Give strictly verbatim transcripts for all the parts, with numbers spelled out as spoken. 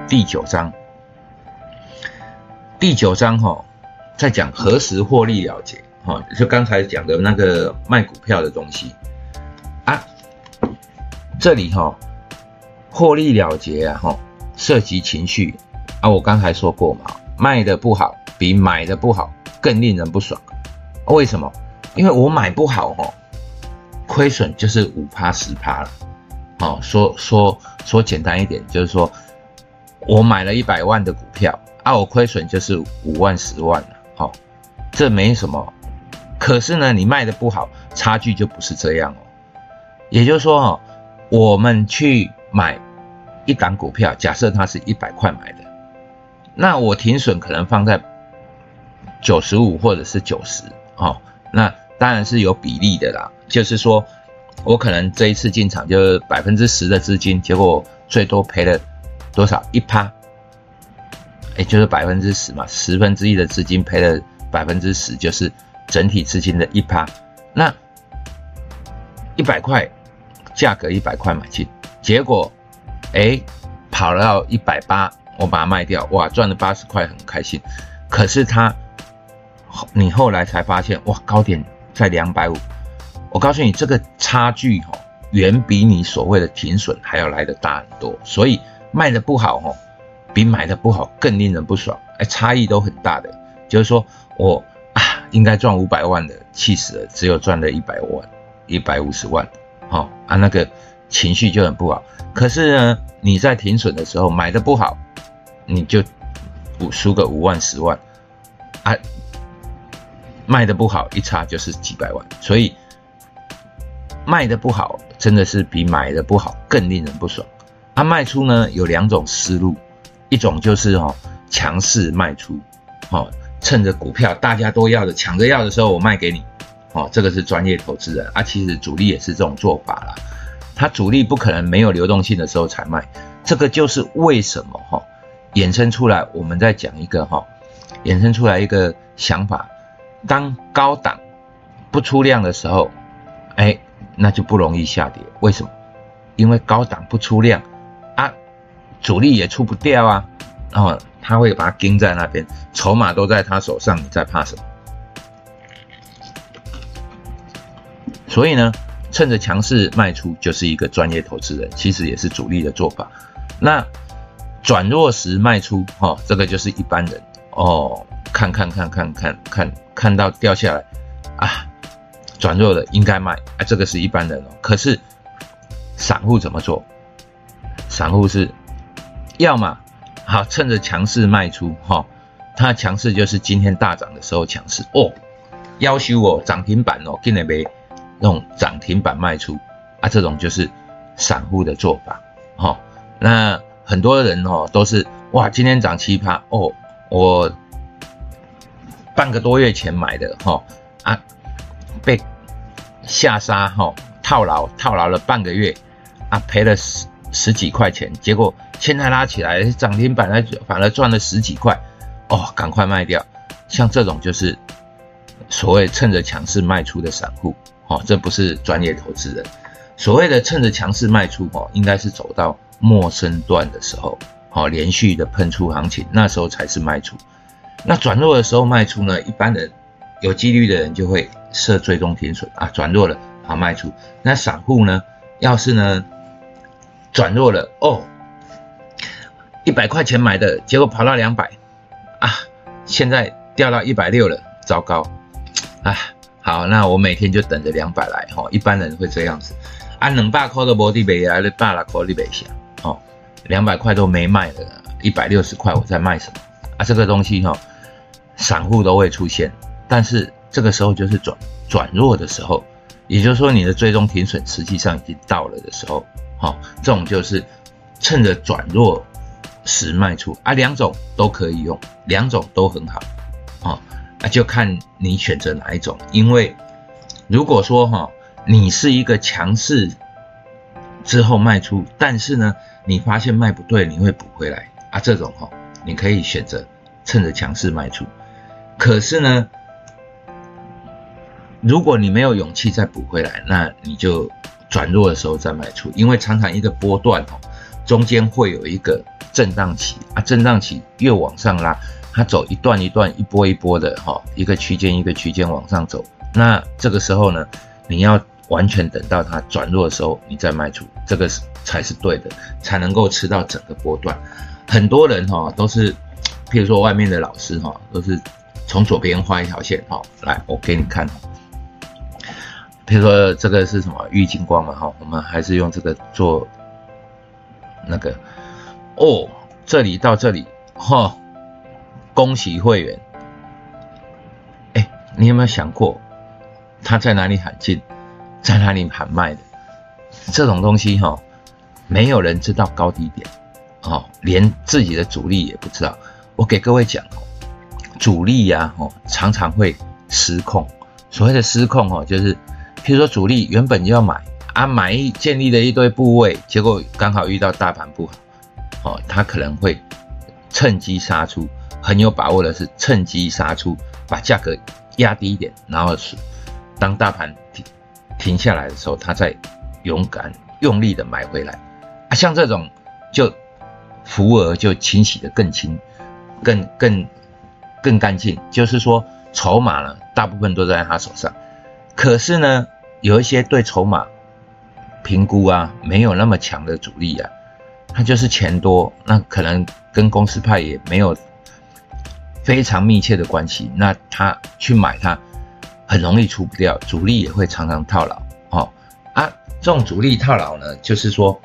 第九章，第九章哈、哦，在讲何时获利了结哈、哦，就刚才讲的那个卖股票的东西啊，这里哈、哦，获利了结啊哈、哦，涉及情绪啊，我刚才说过嘛，卖的不好比买的不好更令人不爽，为什么？因为我买不好哈、哦，亏损就是五趴十趴了。哦，说说说简单一点，就是说我买了一百万的股票啊，我亏损就是五万十万了，好、哦，这没什么。可是呢，你卖的不好，差距就不是这样哦。也就是说哦，我们去买一档股票，假设它是一百块买的，那我停损可能放在九十五或者是九十，哦，那当然是有比例的啦，就是说。我可能这一次进场就百分之十的资金，结果最多赔了多少？一趴，也就是百分之十嘛，十分之一的资金赔了百分之十，就是整体资金的一趴。那一百块，价格一百块买进，结果哎跑到一百八，我把它卖掉，哇，赚了八十块，很开心。可是它，你后来才发现，哇，高点在两百五。我告诉你，这个差距哦，远比你所谓的停损还要来得大很多。所以卖的不好哦，比买的不好更令人不爽。哎，差异都很大的。就是说我啊，应该赚五百万的，气死了，只有赚了一百万、一百五十万，哦啊，那个情绪就很不好。可是呢，你在停损的时候买的不好，你就输个五万、十万啊，卖的不好，一差就是几百万，所以。卖的不好，真的是比买的不好更令人不爽。啊，卖出呢有两种思路，一种就是哦强势卖出，哦趁着股票大家都要的抢着要的时候我卖给你，哦这个是专业投资人啊，其实主力也是这种做法啦。他主力不可能没有流动性的时候才卖，这个就是为什么哈、哦、衍生出来我们再讲一个哈、哦，衍生出来一个想法，当高档不出量的时候，哎。那就不容易下跌，为什么？因为高档不出量啊，主力也出不掉啊，然后他会把它盯在那边，筹码都在他手上，你在怕什么？所以呢，趁着强势卖出就是一个专业投资人，其实也是主力的做法。那转弱时卖出，哦，这个就是一般人哦，看看看看看看看到掉下来啊。转弱了应该卖啊，这个是一般人哦。可是散户怎么做？散户是要嘛好趁着强势卖出哈、哦，它的强势就是今天大涨的时候强势哦，要求哦涨停板哦，今天没那种涨停板卖出啊，这种就是散户的做法哈、哦。那很多人哦都是哇，今天涨七趴哦，我半个多月前买的哈、哦、啊。被下杀哈，套牢套牢了半个月啊，赔了十十几块钱，结果现在拉起来涨停板来反而赚了十几块，哦，赶快卖掉。像这种就是所谓趁着强势卖出的散户，哦，这不是专业投资人。所谓的趁着强势卖出哦，应该是走到末升段的时候，哦，连续的喷出行情，那时候才是卖出。那转弱的时候卖出呢，一般人有纪律的人就会设追踪停损啊，转弱了好卖出。那散户呢，要是呢转弱了哦，一百块钱买的，结果跑到两百啊，现在掉到一百六了，糟糕啊！好，那我每天就等着两百来哈、哦，一般人会这样子啊，两百块都没地卖啊，你百来块你卖下哦，两百块都没卖了，一百六十块我在卖什么啊？这个东西哈、哦，散户都会出现。但是这个时候就是转转弱的时候，也就是说你的追踪停损实际上已经到了的时候，哦，这种就是趁着转弱时卖出啊，两种都可以用，两种都很好，哦，那就看你选择哪一种。因为如果说哈、哦，你是一个强势之后卖出，但是呢，你发现卖不对，你会补回来啊，这种哈、哦，你可以选择趁着强势卖出。可是呢，如果你没有勇气再补回来，那你就转弱的时候再卖出，因为常常一个波段哦，中间会有一个震荡期啊，震荡期越往上拉，它走一段一段、一波一波的哈，一个区间一个区间往上走。那这个时候呢，你要完全等到它转弱的时候，你再卖出，这个才是对的，才能够吃到整个波段。很多人哈都是，譬如说外面的老师哈，都是从左边画一条线哈，来我给你看。譬如说这个是什么玉金光嘛哈，我们还是用这个做那个哦，这里到这里哈，恭喜会员。哎，你有没有想过他在哪里喊进，在哪里喊卖的？这种东西哈，没有人知道高低点。哦，连自己的主力也不知道。我给各位讲哦，主力呀、啊，哦，常常会失控。所谓的失控哦，就是譬如说主力原本就要买啊，买一建立了一堆部位，结果刚好遇到大盘不好，哦，他可能会趁机杀出，很有把握的是趁机杀出，把价格压低一点，然后当大盘停停下来的时候，他再勇敢用力的买回来啊，像这种就。浮额就清洗得更清、更更更干净，就是说筹码呢，大部分都在他手上。可是呢，有一些对筹码评估啊没有那么强的主力啊，他就是钱多，那可能跟公司派也没有非常密切的关系，那他去买它很容易出不掉，主力也会常常套牢哦啊，这种主力套牢呢，就是说。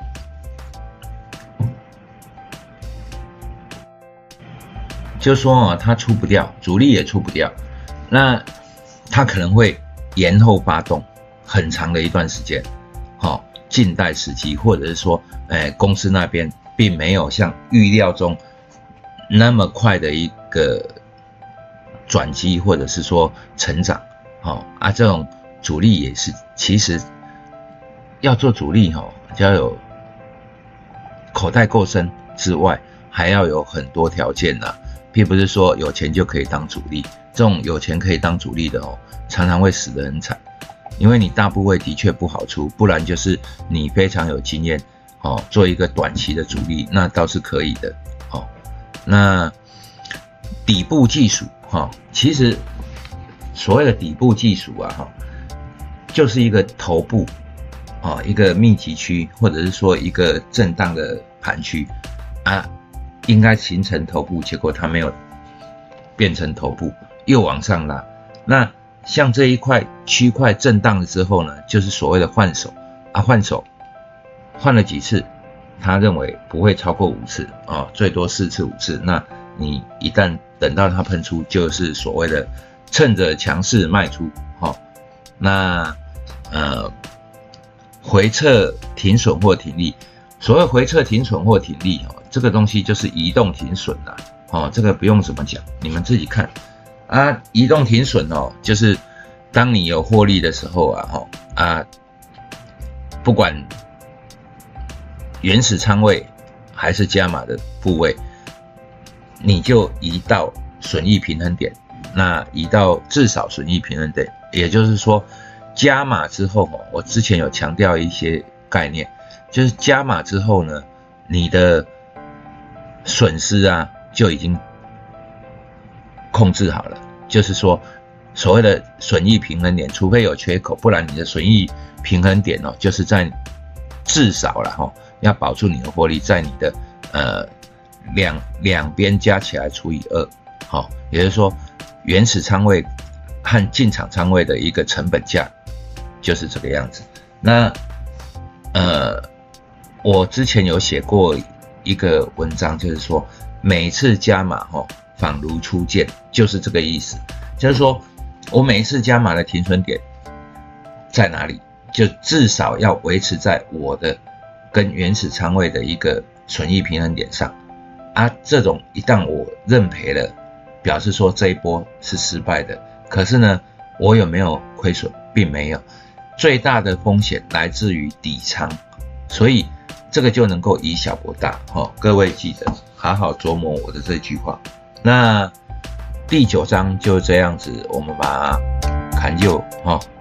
就是说啊，它出不掉，主力也出不掉，那它可能会延后发动很长的一段时间，好、哦，静待时机，或者是说，哎，公司那边并没有像预料中那么快的一个转机，或者是说成长，好、哦、啊，这种主力也是，其实要做主力哈、哦，就要有口袋够深之外，还要有很多条件呐、啊。并不是说有钱就可以当主力，这种有钱可以当主力的哦，常常会死得很惨，因为你大部位的确不好出，不然就是你非常有经验哦，做一个短期的主力，那倒是可以的哦。那底部技术哈、哦，其实所谓的底部技术啊哈，就是一个头部啊、哦，一个密集区，或者是说一个震荡的盘区啊。应该形成头部，结果它没有变成头部，又往上拉。那像这一块区块震荡了之后呢，就是所谓的换手啊，换手换了几次，他认为不会超过五次啊、哦，最多四次五次。那你一旦等到它喷出，就是所谓的趁着强势卖出，哈、哦。那呃回撤停损或停利，所谓回撤停损或停利哦。这个东西就是移动停损啦，哦，这个不用怎么讲，你们自己看啊。移动停损哦，就是当你有获利的时候啊，哦啊，不管原始仓位还是加码的部位，你就移到损益平衡点，那移到至少损益平衡点，也就是说加码之后哦，我之前有强调一些概念，就是加码之后呢，你的损失啊就已经控制好了，就是说所谓的损益平衡点，除非有缺口，不然你的损益平衡点哦，就是在至少啦齁，要保住你的获利，在你的呃两两边加起来除以二，好，也就是说原始仓位和进场仓位的一个成本价就是这个样子。那呃，我之前有写过一个文章，就是说每次加码齁，仿如初见，就是这个意思。就是说我每一次加码的停损点在哪里，就至少要维持在我的跟原始仓位的一个损益平衡点上啊。这种一旦我认赔了，表示说这一波是失败的。可是呢，我有没有亏损？并没有。最大的风险来自于底仓，所以这个就能够以小博大。哦，各位记得好好琢磨我的这句话。那第九章就这样子，我们把它砍就哦。